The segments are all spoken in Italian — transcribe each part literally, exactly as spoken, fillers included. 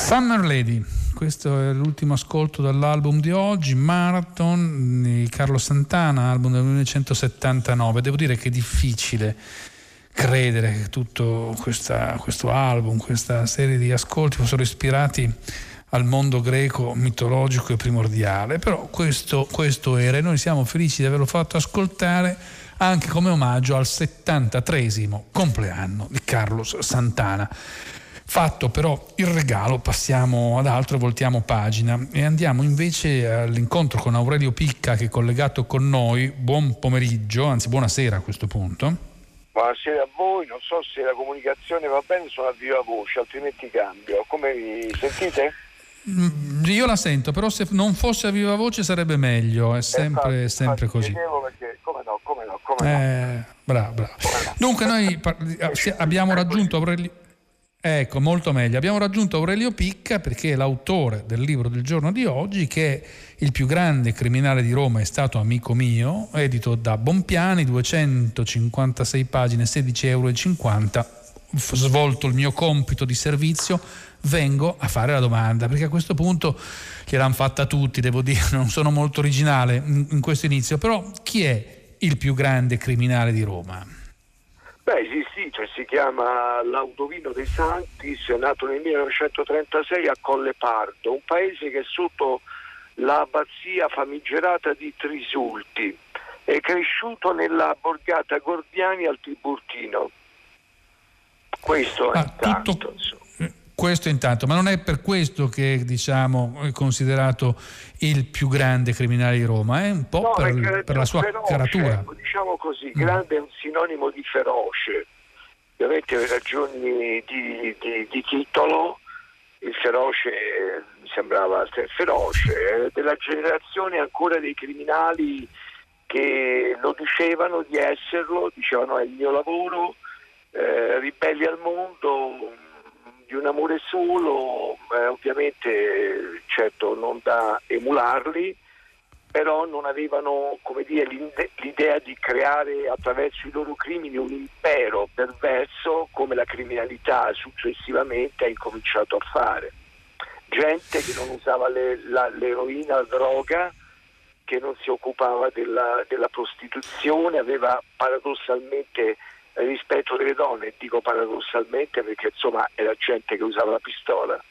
Summer Lady, questo è l'ultimo ascolto dall'album di oggi, Marathon di Carlo Santana, album del millenovecentosettantanove. Devo dire che è difficile credere che tutto questa, questo album, questa serie di ascolti fossero ispirati al mondo greco mitologico e primordiale, però questo, questo era, e noi siamo felici di averlo fatto ascoltare anche come omaggio al settantatreesimo compleanno di Carlos Santana. Fatto però il regalo, passiamo ad altro e voltiamo pagina e andiamo invece all'incontro con Aurelio Picca, che è collegato con noi. Buon pomeriggio, anzi buonasera a questo punto. Buonasera a voi, non so se la comunicazione va bene, sono a viva voce, altrimenti cambio. Come mi sentite? Io la sento, però se non fosse a viva voce sarebbe meglio, è sempre, eh, infatti, sempre infatti, così. Perché, come no, come no, come eh, no. Bravo, bravo. Come no. Dunque noi parli- abbiamo raggiunto Aurelio... Ecco, molto meglio. Abbiamo raggiunto Aurelio Picca perché è l'autore del libro del giorno di oggi, che è Il più grande criminale di Roma è stato amico mio, edito da Bompiani, duecentocinquantasei pagine, sedici euro e cinquanta. Svolto il mio compito di servizio, vengo a fare la domanda, perché a questo punto gliel'hanno fatta tutti, devo dire, non sono molto originale in, in questo inizio, però chi è il più grande criminale di Roma? Beh sì sì, cioè si chiama Laudovino De Sanctis, è nato nel millenovecentotrentasei a Colle Pardo, un paese che è sotto l'abbazia famigerata di Trisulti, è cresciuto nella borgata Gordiani al Tiburtino. Questo ah, intanto, tutto, questo intanto, ma non è per questo che diciamo è considerato il più grande criminale di Roma, è un po' no, per, per la sua feroce, caratura. Diciamo così, Mm. grande è un sinonimo di feroce, ovviamente per ragioni di, di, di titolo. Il feroce eh, mi sembrava feroce, eh, della generazione ancora dei criminali che lo dicevano di esserlo, dicevano è il mio lavoro, eh, ribelli al mondo, di un amore solo, eh, ovviamente certo non da emularli, però non avevano, come dire, l'idea di creare attraverso i loro crimini un impero perverso come la criminalità successivamente ha incominciato a fare. Gente che non usava le, la, l'eroina, la droga, che non si occupava della, della prostituzione, aveva paradossalmente rispetto delle donne, dico paradossalmente perché insomma era gente che usava la pistola.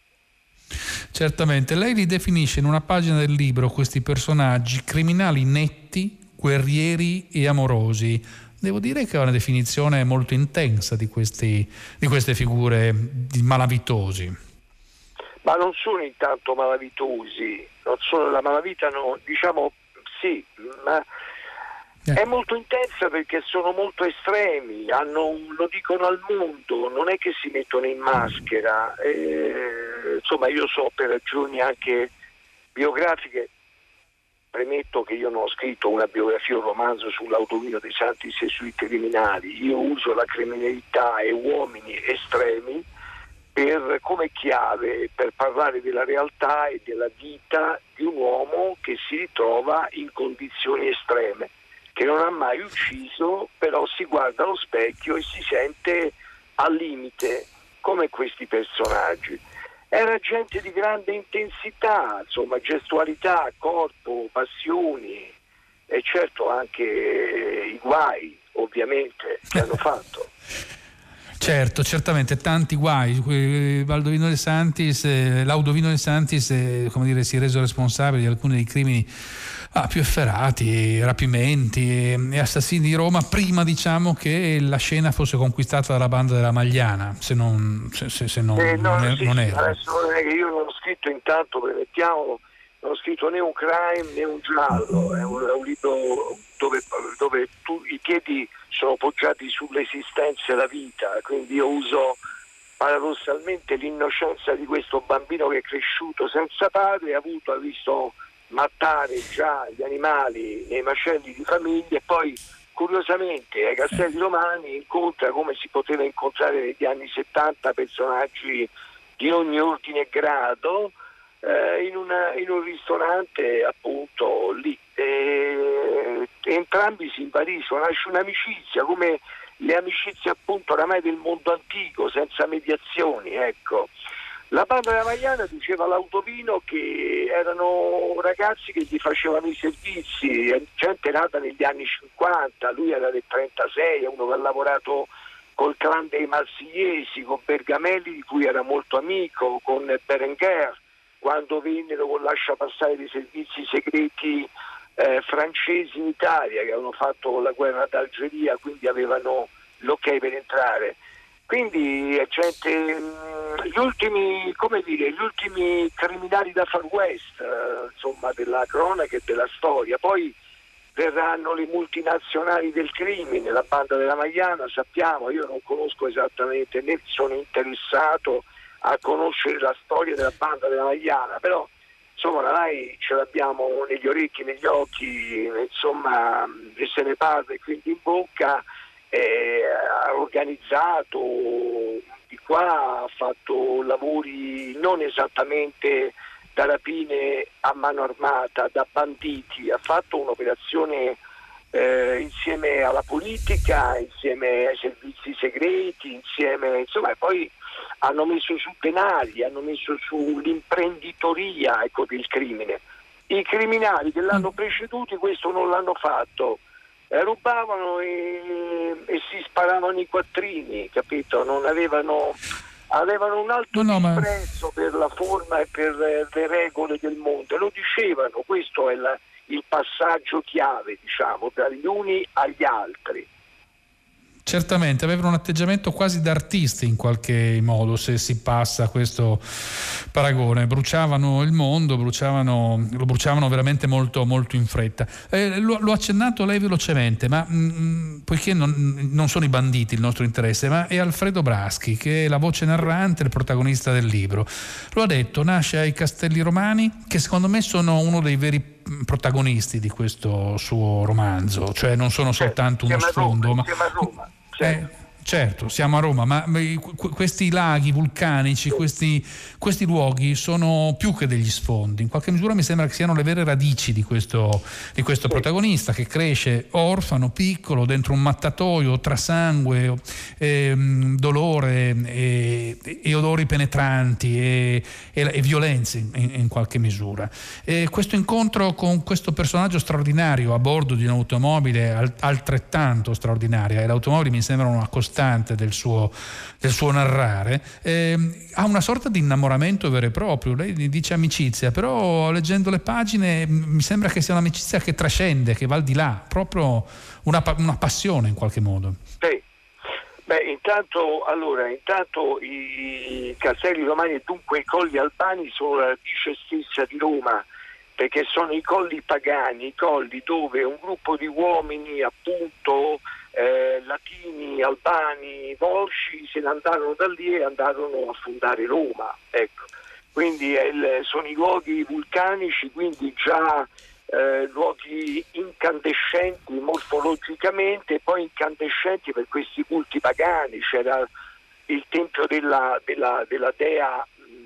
Certamente, lei li definisce in una pagina del libro questi personaggi criminali netti, guerrieri e amorosi. Devo dire che è una definizione molto intensa di, questi, di queste figure di malavitosi. Ma non sono intanto malavitosi, non sono la malavita, no, diciamo sì, ma è molto intensa perché sono molto estremi, hanno, lo dicono al mondo, non è che si mettono in maschera, eh, insomma io so per ragioni anche biografiche, premetto che io non ho scritto una biografia, un romanzo sull'Audovino De Sanctis e sui criminali, io uso la criminalità e uomini estremi per, come chiave per parlare della realtà e della vita di un uomo che si ritrova in condizioni estreme, che non ha mai ucciso, però si guarda allo specchio e si sente al limite, come questi personaggi. Era gente di grande intensità, insomma, gestualità, corpo, passioni e certo anche i guai, ovviamente, che hanno fatto. Certo, certamente, tanti guai. Valdovino De Sanctis, eh, Laudovino De Sanctis, eh, come dire, si è reso responsabile di alcuni dei crimini ah, più efferati, rapimenti e, e assassini di Roma, prima diciamo che la scena fosse conquistata dalla banda della Magliana, se non, se, se, se non, eh, no, non, è, sì, non sì, era. adesso non è che io non ho scritto, intanto premettiamolo, non ho scritto né un crime né un giallo, è un, è un libro dove, dove tu, i piedi sono poggiati sull'esistenza e la vita, quindi io uso paradossalmente l'innocenza di questo bambino che è cresciuto senza padre, ha avuto, ha visto mattare già gli animali nei macelli di famiglia e poi curiosamente ai Castelli Romani incontra, come si poteva incontrare negli anni settanta, personaggi di ogni ordine e grado eh, in, una, in un ristorante appunto lì. E, entrambi si invariscono, nasce un'amicizia come le amicizie appunto oramai del mondo antico, senza mediazioni, ecco. La banda della Magliana, diceva l'Autovino, che erano ragazzi che gli facevano i servizi, gente nata negli anni cinquanta, lui era del trentasei, è uno che ha lavorato col clan dei Marsigliesi, con Bergamelli di cui era molto amico, con Berenguer, quando vennero con lascia passare dei servizi segreti eh, francesi in Italia, che avevano fatto la guerra d'Algeria, quindi avevano l'ok per entrare. Quindi è gente, gli ultimi, come dire, gli ultimi criminali da Far West, eh, insomma, della cronaca e della storia. Poi verranno le multinazionali del crimine, la banda della Magliana, sappiamo, io non conosco esattamente, né sono interessato a conoscere la storia della banda della Magliana, però insomma la RAI ce l'abbiamo negli orecchi, negli occhi, insomma, e se ne parla e quindi in bocca. Eh, ha organizzato di qua, ha fatto lavori non esattamente da rapine a mano armata, da banditi, ha fatto un'operazione eh, insieme alla politica, insieme ai servizi segreti, insieme, insomma, e poi hanno messo su penali, hanno messo su l'imprenditoria, ecco, del crimine. I criminali che l'hanno preceduti questo non l'hanno fatto. Eh, rubavano e, e si sparavano i quattrini, capito? Non avevano, avevano un alto no, no, disprezzo ma... per la forma e per eh, le regole del mondo, lo dicevano, questo è la, il passaggio chiave, diciamo, dagli uni agli altri. Certamente, avevano un atteggiamento quasi da artisti in qualche modo, se si passa a questo paragone. Bruciavano il mondo, bruciavano, lo bruciavano veramente molto, molto in fretta. Eh, lo, lo ha accennato lei velocemente, ma mh, poiché non, non sono i banditi il nostro interesse, ma è Alfredo Braschi, che è la voce narrante, il protagonista del libro. Lo ha detto, nasce ai Castelli Romani, che secondo me sono uno dei veri protagonisti di questo suo romanzo, cioè non sono soltanto uno sfondo, ma Eh, certo, siamo a Roma, ma questi laghi vulcanici, questi, questi luoghi sono più che degli sfondi. In qualche misura mi sembra che siano le vere radici di questo, di questo protagonista, che cresce orfano, piccolo, dentro un mattatoio tra sangue, eh, dolore e, e odori penetranti e, e, e violenze in, in qualche misura. E questo incontro con questo personaggio straordinario a bordo di un'automobile altrettanto straordinaria, e l'automobile mi sembra una costante del suo, del suo narrare, eh, ha una sorta di innamoramento vero e proprio. Lei dice amicizia, però leggendo le pagine mi sembra che sia un'amicizia che trascende, che va al di là, proprio una, una passione in qualche modo. Sì. Beh, intanto, allora, intanto i Castelli Romani e dunque i Colli Albani sono la radice stessa di Roma, perché sono i colli pagani, i colli dove un gruppo di uomini, appunto, eh, latini, albani, volsci, se ne andarono da lì e andarono a fondare Roma. Ecco. Quindi è il, sono i luoghi vulcanici, quindi già eh, luoghi incandescenti morfologicamente, e poi incandescenti per questi culti pagani. C'era il tempio della, della, della dea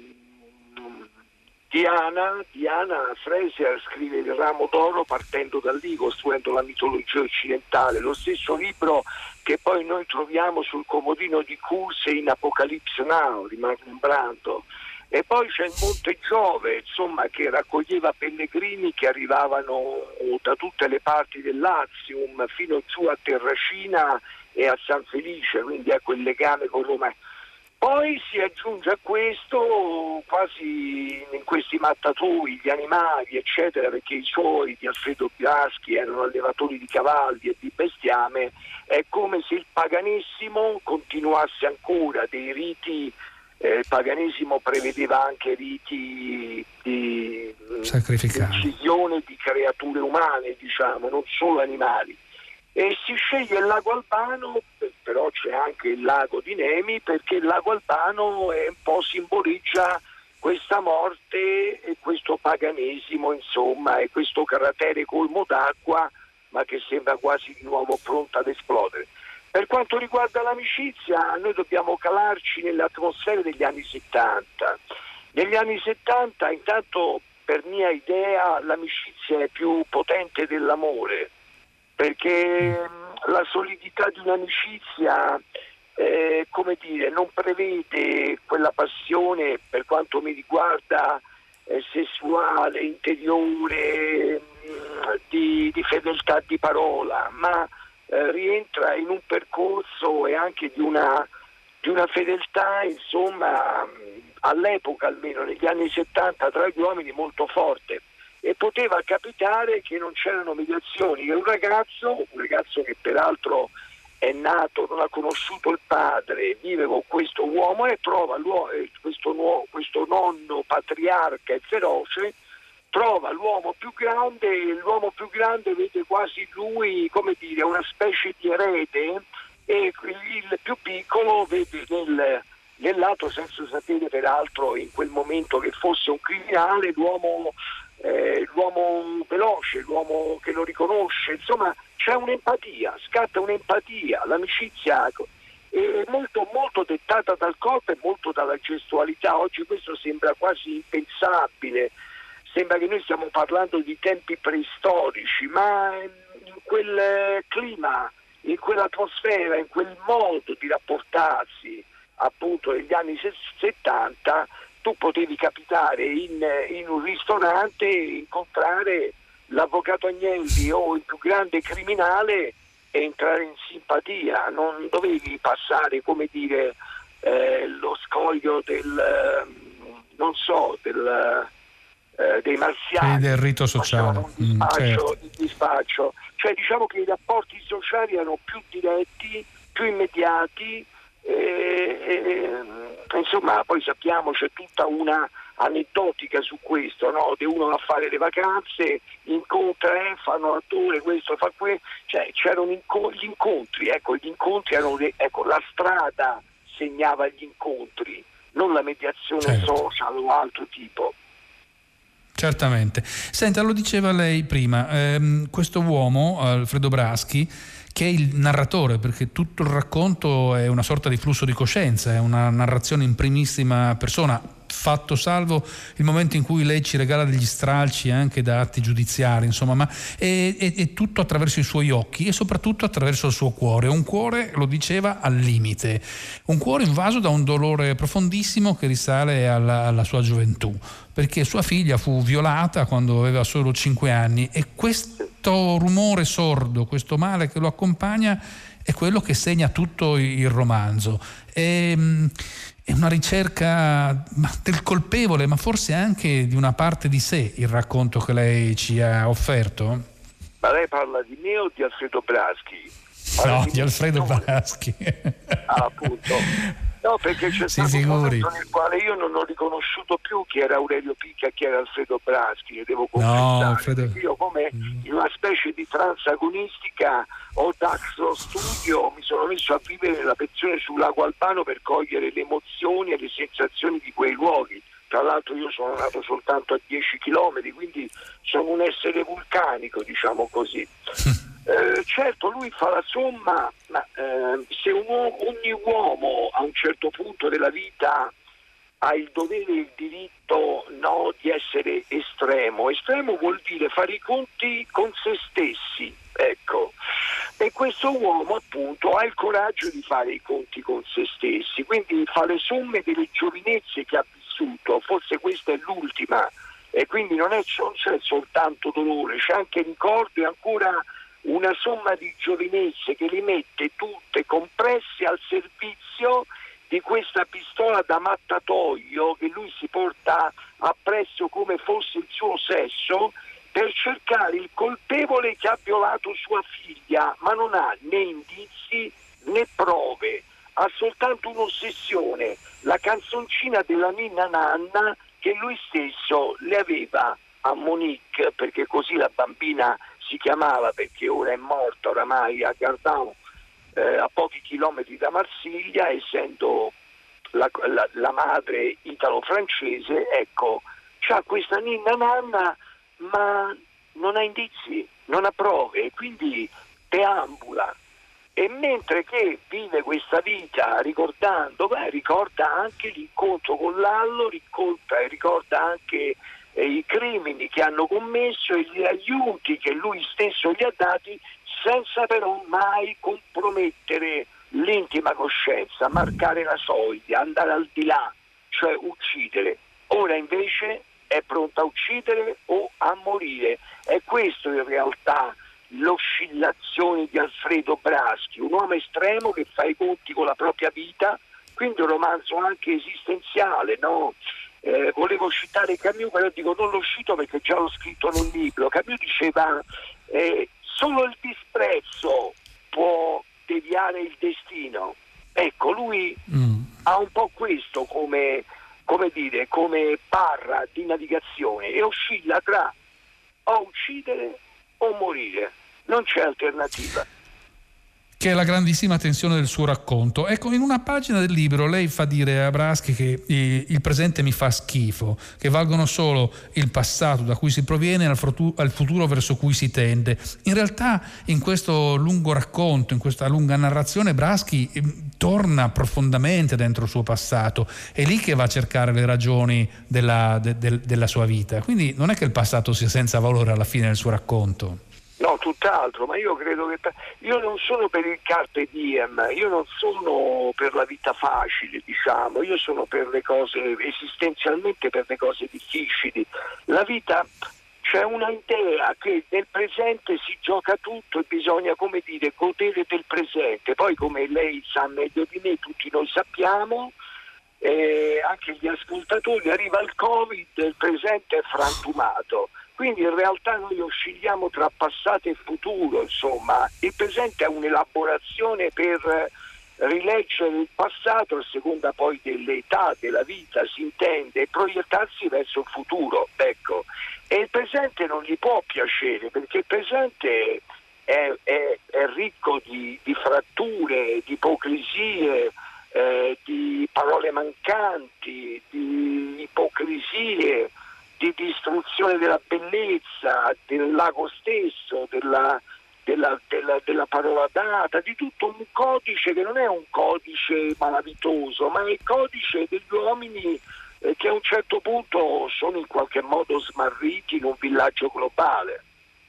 Diana, Diana Fraser scrive Il ramo d'oro partendo da lì, costruendo la mitologia occidentale, lo stesso libro che poi noi troviamo sul comodino di Curse in Apocalypse Now di Marlon Brando. E poi c'è il Monte Giove, insomma, che raccoglieva pellegrini che arrivavano da tutte le parti del Lazium fino giù a Terracina e a San Felice, quindi ecco il legame con Roma. Poi si aggiunge a questo, quasi in questi mattatoi, gli animali, eccetera, perché i suoi di Alfredo Braschi erano allevatori di cavalli e di bestiame, è come se il paganesimo continuasse ancora, dei riti, eh, il paganesimo prevedeva anche riti di incisione di creature umane, diciamo, non solo animali. E si sceglie il lago Albano, però c'è anche il lago di Nemi, perché il lago Albano è un po' simboleggia questa morte e questo paganesimo, insomma, e questo cratere colmo d'acqua, ma che sembra quasi di nuovo pronto ad esplodere. Per quanto riguarda l'amicizia, noi dobbiamo calarci nelle atmosfere degli anni settanta. Negli anni settanta, intanto, per mia idea, l'amicizia è più potente dell'amore, perché la solidità di un'amicizia eh, come dire, non prevede quella passione, per quanto mi riguarda, eh, sessuale, interiore, mh, di, di fedeltà di parola, ma eh, rientra in un percorso e anche di una, di una fedeltà, insomma, all'epoca, almeno negli anni settanta, tra gli uomini molto forte. E poteva capitare che non c'erano mediazioni, che un ragazzo, un ragazzo che peraltro è nato, non ha conosciuto il padre, vive con questo uomo e trova questo, nuovo, questo nonno patriarca e feroce, trova l'uomo più grande e l'uomo più grande vede quasi lui, come dire, una specie di erede, e il più piccolo vede nel, nell'altro, senza sapere peraltro in quel momento che fosse un criminale, l'uomo... Eh, l'uomo veloce, l'uomo che lo riconosce, insomma c'è un'empatia, scatta un'empatia, l'amicizia è molto, molto dettata dal corpo e molto dalla gestualità. Oggi questo sembra quasi impensabile, sembra che noi stiamo parlando di tempi preistorici, ma in quel clima, in quell'atmosfera, in quel modo di rapportarsi appunto negli anni settanta, tu potevi capitare in, in un ristorante e incontrare l'avvocato Agnelli o il più grande criminale e entrare in simpatia, non dovevi passare, come dire, eh, lo scoglio del, eh, non so, del, eh, dei marziani. E del rito sociale. Un dispaccio, mm, certo. il dispaccio. Cioè diciamo che i rapporti sociali erano più diretti, più immediati, e, e, insomma poi sappiamo c'è tutta una aneddotica su questo, no? Di uno va a fare le vacanze, incontra, eh, fanno l'attore, questo fa questo, cioè c'erano inco- gli incontri, ecco, gli incontri erano de- ecco, la strada segnava gli incontri, non la mediazione certo. social o altro tipo. Certamente. Senta, lo diceva lei prima, ehm, questo uomo, Alfredo Braschi, che è il narratore, perché tutto il racconto è una sorta di flusso di coscienza, è una narrazione in primissima persona, fatto salvo il momento in cui lei ci regala degli stralci anche da atti giudiziari, insomma, ma è, è, è tutto attraverso i suoi occhi e soprattutto attraverso il suo cuore, un cuore, lo diceva, al limite, un cuore invaso da un dolore profondissimo che risale alla, alla sua gioventù, perché sua figlia fu violata quando aveva solo cinque anni e questo rumore sordo, questo male che lo accompagna è quello che segna tutto il romanzo. È, è una ricerca del colpevole, ma forse anche di una parte di sé, il racconto che lei ci ha offerto? Ma lei parla di me o di Alfredo Braschi? Parla no, di, di Alfredo Braschi. Ah, appunto. No, perché c'è si stato figuri. un momento nel quale io non ho riconosciuto più chi era Aurelio Picca e chi era Alfredo Braschi, che devo confessare. No, Alfredo... Io come in una specie di trance agonistica o Daxo Studio mi sono messo a vivere la pensione sul lago Albano per cogliere le emozioni e le sensazioni di quei luoghi. Tra l'altro io sono nato soltanto a dieci chilometri, quindi sono un essere vulcanico, diciamo così. Eh, certo, lui fa la somma, ma eh, se un uomo, ogni uomo a un certo punto della vita ha il dovere e il diritto, no, di essere estremo. Estremo vuol dire fare i conti con se stessi, ecco. E questo uomo appunto ha il coraggio di fare i conti con se stessi, quindi fa le somme delle giovinezze che ha vissuto, forse questa è l'ultima, e quindi non, è, non c'è soltanto dolore, c'è anche ricordo e ancora una somma di giovinezze che li mette tutte compresse al servizio di questa pistola da mattatoio che lui si porta appresso come fosse il suo sesso per cercare il colpevole che ha violato sua figlia, ma non ha né indizi né prove, ha soltanto un'ossessione, la canzoncina della ninna nanna che lui stesso le aveva a Monique, perché così la bambina si chiamava, perché ora è morta oramai a Gardano, eh, a pochi chilometri da Marsiglia, essendo la, la, la madre italo-francese, ecco, c'ha questa ninna nanna ma non ha indizi, non ha prove, e quindi deambula. E mentre che vive questa vita ricordando, beh, ricorda anche l'incontro con Lallo, ricorda, ricorda anche eh, i crimini che hanno commesso e gli aiuti che lui stesso gli ha dati, senza però mai compromettere l'intima coscienza, marcare la soglia, andare al di là, cioè uccidere. Ora invece è pronta a uccidere o a morire. È questo in realtà l'oscillazione di Alfredo Braschi, un uomo estremo che fa i conti con la propria vita, quindi un romanzo anche esistenziale, no? Eh, volevo citare Camus, però dico non lo cito perché già l'ho scritto nel libro. Camus diceva eh, solo il disprezzo può deviare il destino. Ecco, lui mm. ha un po' questo come, come dire, come barra di navigazione e oscilla tra o uccidere o morire, non c'è alternativa. Che è la grandissima tensione del suo racconto. Ecco, in una pagina del libro lei fa dire a Braschi che il presente mi fa schifo, che valgono solo il passato da cui si proviene al futuro verso cui si tende. In realtà in questo lungo racconto, in questa lunga narrazione, Braschi torna profondamente dentro il suo passato, è lì che va a cercare le ragioni della, de, de, della sua vita. Quindi non è che il passato sia senza valore alla fine del suo racconto. No, tutt'altro, ma io credo che io non sono per il carpe diem, io non sono per la vita facile, diciamo, io sono per le cose, esistenzialmente per le cose difficili. La vita, c'è una idea che nel presente si gioca tutto e bisogna, come dire, godere del presente. Poi, come lei sa meglio di me, tutti noi sappiamo, eh, anche gli ascoltatori, arriva il Covid, il presente è frantumato. Quindi in realtà noi oscilliamo tra passato e futuro, insomma. Il presente è un'elaborazione per rileggere il passato a seconda poi dell'età della vita, si intende, e proiettarsi verso il futuro, ecco. E il presente non gli può piacere, perché il presente è, è, è ricco di, di fratture, di ipocrisie, eh, di parole mancanti, di ipocrisie, di distruzione della bellezza, del lago stesso, della, della, della, della parola data, di tutto un codice che non è un codice malavitoso, ma è il codice degli uomini eh, che a un certo punto sono in qualche modo smarriti in un villaggio globale.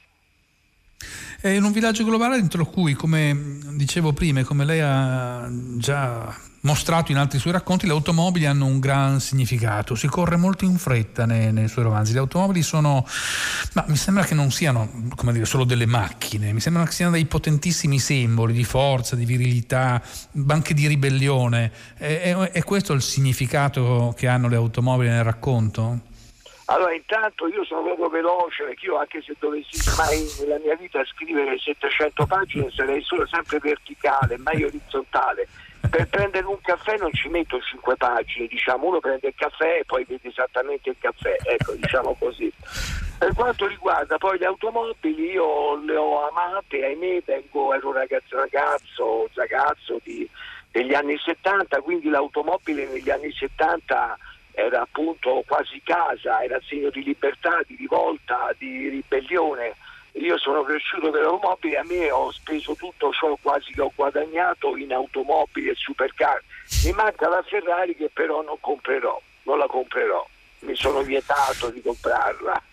È in un villaggio globale dentro cui, come dicevo prima, come lei ha già mostrato in altri suoi racconti, le automobili hanno un gran significato, si corre molto in fretta nei, nei suoi romanzi. Le automobili sono, ma mi sembra che non siano, come dire, solo delle macchine, mi sembrano che siano dei potentissimi simboli di forza, di virilità, anche di ribellione. È, è, è questo il significato che hanno le automobili nel racconto? Allora, intanto io sono proprio veloce, perché io, anche se dovessi mai nella mia vita scrivere settecento pagine, sarei solo sempre verticale, mai orizzontale. Per prendere un caffè non ci metto cinque pagine, diciamo, uno prende il caffè e poi vede esattamente il caffè, ecco, diciamo così. Per quanto riguarda poi le automobili, io le ho amate, ahimè, vengo, ero ragazzo, ragazzo, ragazzo di, degli anni settanta, quindi l'automobile negli anni settanta era appunto quasi casa, era segno di libertà, di rivolta, di ribellione. Io sono cresciuto per automobili, a me ho speso tutto ciò quasi che ho guadagnato in automobili e supercar. Mi manca la Ferrari, che però non comprerò, non la comprerò, mi sono vietato di comprarla.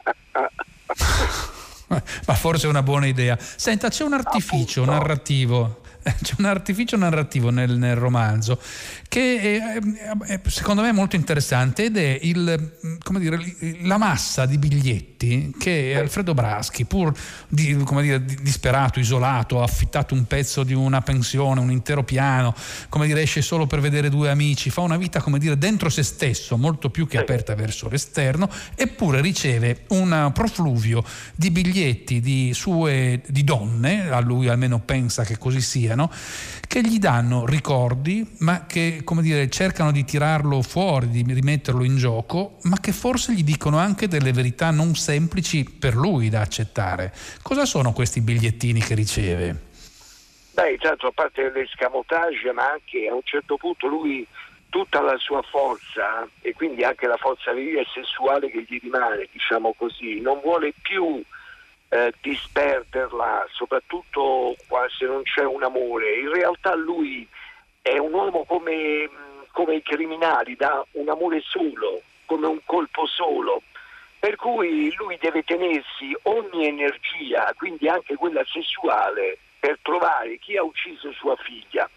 Ma forse è una buona idea. Senta, c'è un artificio appunto narrativo. C'è un artificio narrativo nel, nel romanzo che è, è, secondo me è molto interessante, ed è il, come dire, la massa di biglietti che Alfredo Braschi, pur di, come dire, disperato, isolato, ha affittato un pezzo di una pensione, un intero piano, come dire, esce solo per vedere due amici, fa una vita, come dire, dentro se stesso, molto più che aperta verso l'esterno, eppure riceve un profluvio di biglietti di sue di donne, a lui almeno pensa che così siano, che gli danno ricordi, ma che, come dire, cercano di tirarlo fuori, di rimetterlo in gioco, ma che forse gli dicono anche delle verità non semplici per lui da accettare. Cosa sono questi bigliettini che riceve? Beh, intanto, a parte l'escamotage, ma anche a un certo punto lui, tutta la sua forza, e quindi anche la forza virile e sessuale che gli rimane, diciamo così, non vuole più Eh, disperderla, soprattutto se non c'è un amore. In realtà lui è un uomo come, come i criminali, dà un amore solo, come un colpo solo, per cui lui deve tenersi ogni energia, quindi anche quella sessuale, per trovare chi ha ucciso sua figlia.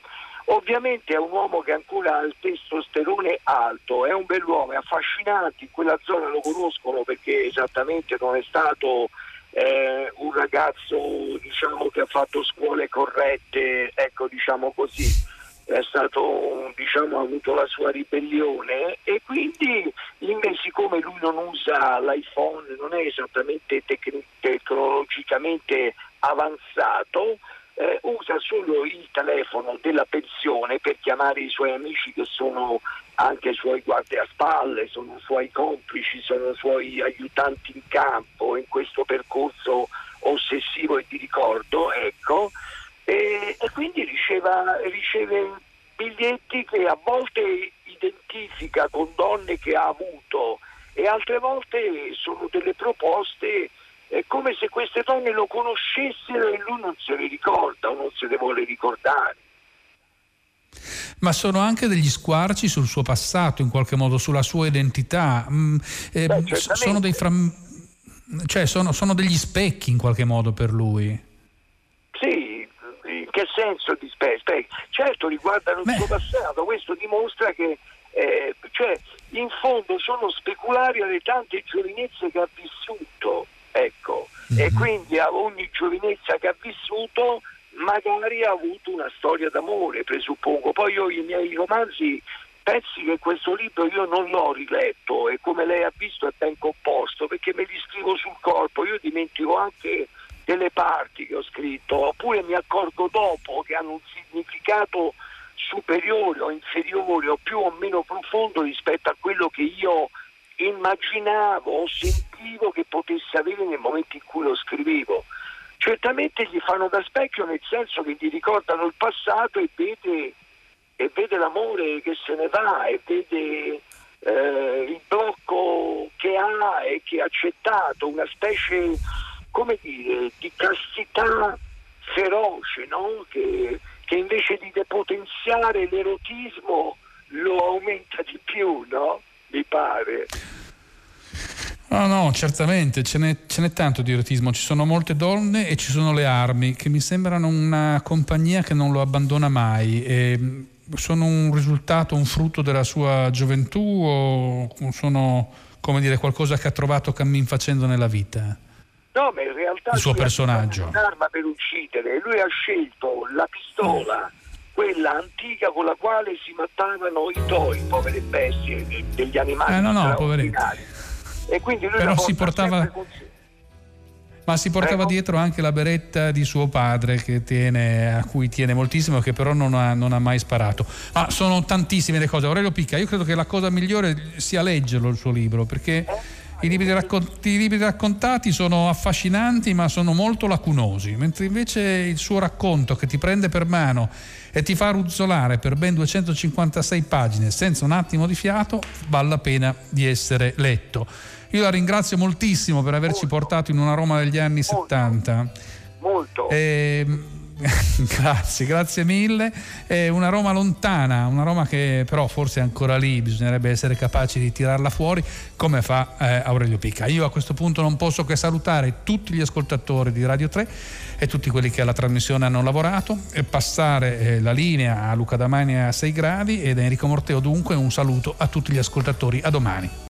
Ovviamente è un uomo che ancora ha il testosterone alto, è un bell'uomo, è affascinante, in quella zona lo conoscono perché esattamente non è stato eh, un ragazzo, diciamo, che ha fatto scuole corrette, ecco, diciamo così, è stato, diciamo, ha avuto la sua ribellione, e quindi siccome lui non usa l'iPhone, non è esattamente tec- tecnologicamente avanzato, Eh, usa solo il telefono della pensione per chiamare i suoi amici che sono anche i suoi guardaespalle, sono i suoi complici, sono i suoi aiutanti in campo in questo percorso ossessivo e di ricordo, ecco, e, e quindi riceva, riceve biglietti che a volte identifica con donne che ha avuto e altre volte sono delle proposte. È come se queste donne lo conoscessero e lui non se le ricorda o non se le vuole ricordare. Ma sono anche degli squarci sul suo passato, in qualche modo, sulla sua identità. Mm, eh, Beh, sono dei fram... cioè sono, sono degli specchi in qualche modo per lui. Sì, in che senso di specchi? Certo, riguardano il Beh. suo passato. Questo dimostra che eh, cioè, in fondo sono speculari alle tante giovinezze che ha vissuto. Ecco, mm-hmm. E quindi a ogni giovinezza che ha vissuto magari ha avuto una storia d'amore, presuppongo. Poi io i miei romanzi, pensi che questo libro io non l'ho riletto e come lei ha visto è ben composto perché me li scrivo sul corpo, io dimentico anche delle parti che ho scritto, oppure mi accorgo dopo che hanno un significato superiore o inferiore o più o meno profondo rispetto a quello che io immaginavo o sentivo che potesse avere nel momento in cui lo scrivevo. Certamente gli fanno da specchio, nel senso che gli ricordano il passato e vede, e vede l'amore che se ne va e vede eh, il blocco che ha e che ha accettato, una specie, come dire, di castità feroce, no? che, che invece di depotenziare l'erotismo lo aumenta di più, no? Mi pare. No, no, certamente, ce n'è, ce n'è tanto di erotismo, ci sono molte donne e ci sono le armi, che mi sembrano una compagnia che non lo abbandona mai. E sono un risultato, un frutto della sua gioventù o sono, come dire, qualcosa che ha trovato cammin facendo nella vita? No, ma in realtà il suo personaggio. Ha un'arma per uccidere, lui ha scelto la pistola, quella antica con la quale si matavano i tori, povere bestie, degli animali eh, no, no, straordinari. E quindi lui però la si portava con... ma si portava Prego. dietro anche la beretta di suo padre che tiene, a cui tiene moltissimo, che però non ha, non ha mai sparato. Ma sono tantissime le cose. Aurelio Picca, io credo che la cosa migliore sia leggerlo il suo libro, perché i libri, raccont- i libri raccontati sono affascinanti ma sono molto lacunosi, mentre invece il suo racconto, che ti prende per mano e ti fa ruzzolare per ben duecentocinquantasei pagine senza un attimo di fiato, vale la pena di essere letto. Io la ringrazio moltissimo per averci molto. portato in una Roma degli anni molto. settanta. Molto. E, grazie, grazie mille. È una Roma lontana, una Roma che però forse è ancora lì, bisognerebbe essere capaci di tirarla fuori come fa eh, Aurelio Picca. Io a questo punto non posso che salutare tutti gli ascoltatori di Radio tre e tutti quelli che alla trasmissione hanno lavorato e passare eh, la linea a Luca Damani a sei gradi ed Enrico Morteo. Dunque un saluto a tutti gli ascoltatori, a domani.